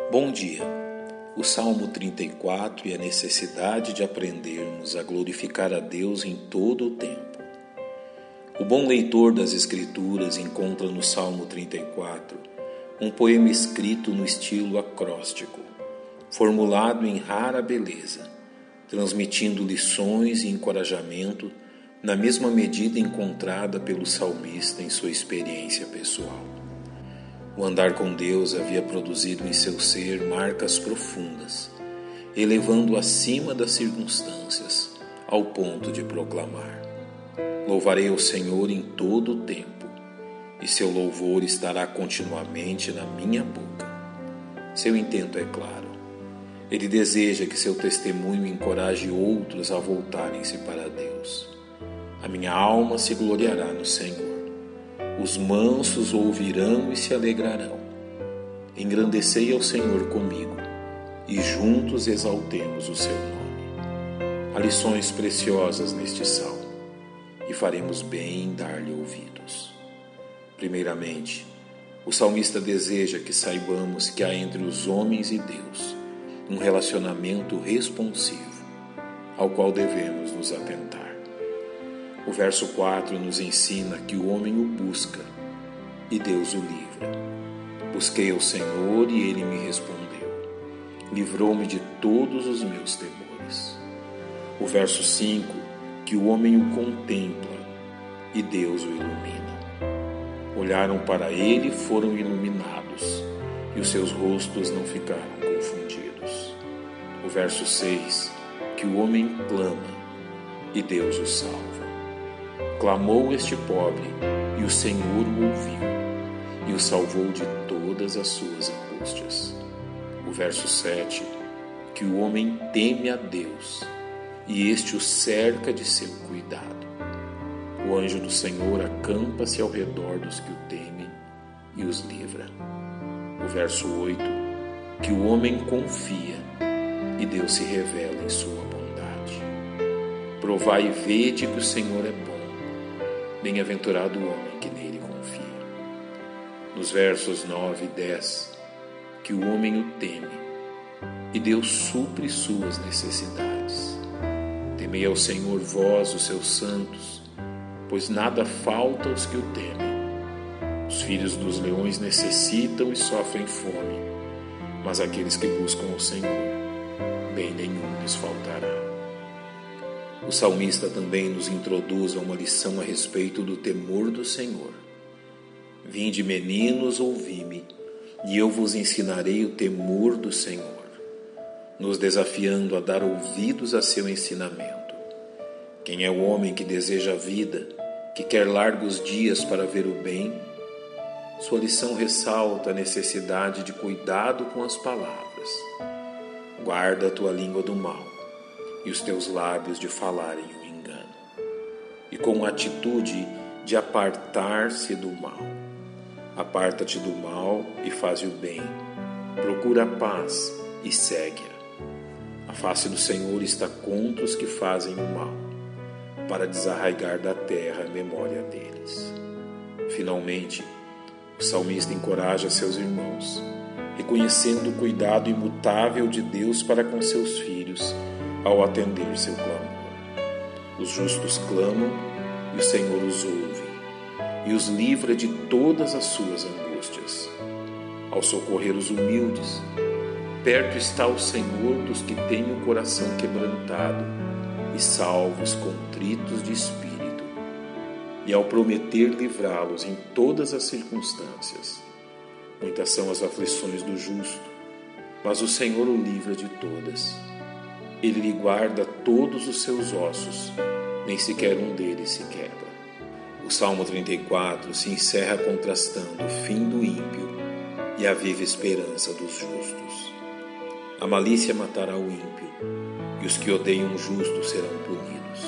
Bom dia. O Salmo 34 e a necessidade de aprendermos a glorificar a Deus em todo o tempo. O bom leitor das Escrituras encontra no Salmo 34 um poema escrito no estilo acróstico, formulado em rara beleza, transmitindo lições e encorajamento na mesma medida encontrada pelo salmista em sua experiência pessoal. O andar com Deus havia produzido em seu ser marcas profundas, elevando-o acima das circunstâncias, ao ponto de proclamar: Louvarei o Senhor em todo o tempo, e seu louvor estará continuamente na minha boca. Seu intento é claro. Ele deseja que seu testemunho encoraje outros a voltarem-se para Deus. A minha alma se gloriará no Senhor. Os mansos ouvirão e se alegrarão. Engrandecei ao Senhor comigo, e juntos exaltemos o seu nome. Há lições preciosas neste salmo, e faremos bem em dar-lhe ouvidos. Primeiramente, o salmista deseja que saibamos que há entre os homens e Deus um relacionamento responsivo, ao qual devemos nos atentar. O verso 4 nos ensina que o homem o busca e Deus o livra. Busquei ao Senhor e Ele me respondeu. Livrou-me de todos os meus temores. O verso 5, que o homem o contempla e Deus o ilumina. Olharam para Ele e foram iluminados, e os seus rostos não ficaram confundidos. O verso 6, que o homem clama e Deus o salva. Clamou este pobre, e o Senhor o ouviu, e o salvou de todas as suas angústias. O verso 7, que o homem teme a Deus, e este o cerca de seu cuidado. O anjo do Senhor acampa-se ao redor dos que o temem e os livra. O verso 8, que o homem confia, e Deus se revela em sua bondade. Provai e vede que o Senhor é bom. Bem-aventurado o homem que nele confia. Nos versos 9 e 10, que o homem o teme, e Deus supre suas necessidades. Temei ao Senhor vós, os seus santos, pois nada falta aos que o temem. Os filhos dos leões necessitam e sofrem fome, mas aqueles que buscam o Senhor, bem nenhum lhes faltará. O salmista também nos introduz a uma lição a respeito do temor do Senhor. Vinde, meninos, ouvi-me, e eu vos ensinarei o temor do Senhor, nos desafiando a dar ouvidos a seu ensinamento. Quem é o homem que deseja a vida, que quer largos dias para ver o bem? Sua lição ressalta a necessidade de cuidado com as palavras. Guarda a tua língua do mal, e os teus lábios de falarem o engano, e com a atitude de apartar-se do mal. Aparta-te do mal e faz o bem, procura a paz e segue-a. A face do Senhor está contra os que fazem o mal, para desarraigar da terra a memória deles. Finalmente, o salmista encoraja seus irmãos, reconhecendo o cuidado imutável de Deus para com seus filhos, ao atender seu clamor. Os justos clamam e o Senhor os ouve, e os livra de todas as suas angústias. Ao socorrer os humildes, perto está o Senhor dos que têm o coração quebrantado e salva os contritos de espírito. E ao prometer livrá-los em todas as circunstâncias. Muitas são as aflições do justo, mas o Senhor o livra de todas. Ele lhe guarda todos os seus ossos, nem sequer um deles se quebra. O Salmo 34 se encerra contrastando o fim do ímpio e a viva esperança dos justos. A malícia matará o ímpio, e os que odeiam o justo serão punidos.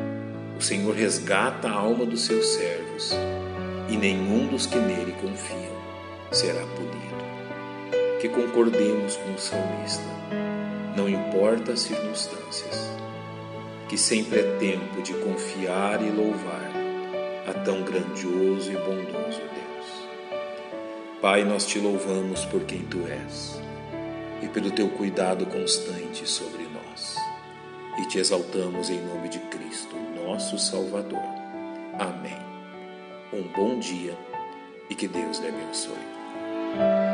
O Senhor resgata a alma dos seus servos, e nenhum dos que nele confiam será punido. Que concordemos com o salmista. Não importa as circunstâncias, que sempre é tempo de confiar e louvar a tão grandioso e bondoso Deus. Pai, nós te louvamos por quem tu és. e pelo teu cuidado constante sobre nós. E te exaltamos em nome de Cristo, nosso Salvador. Amém. Um bom dia e que Deus lhe abençoe.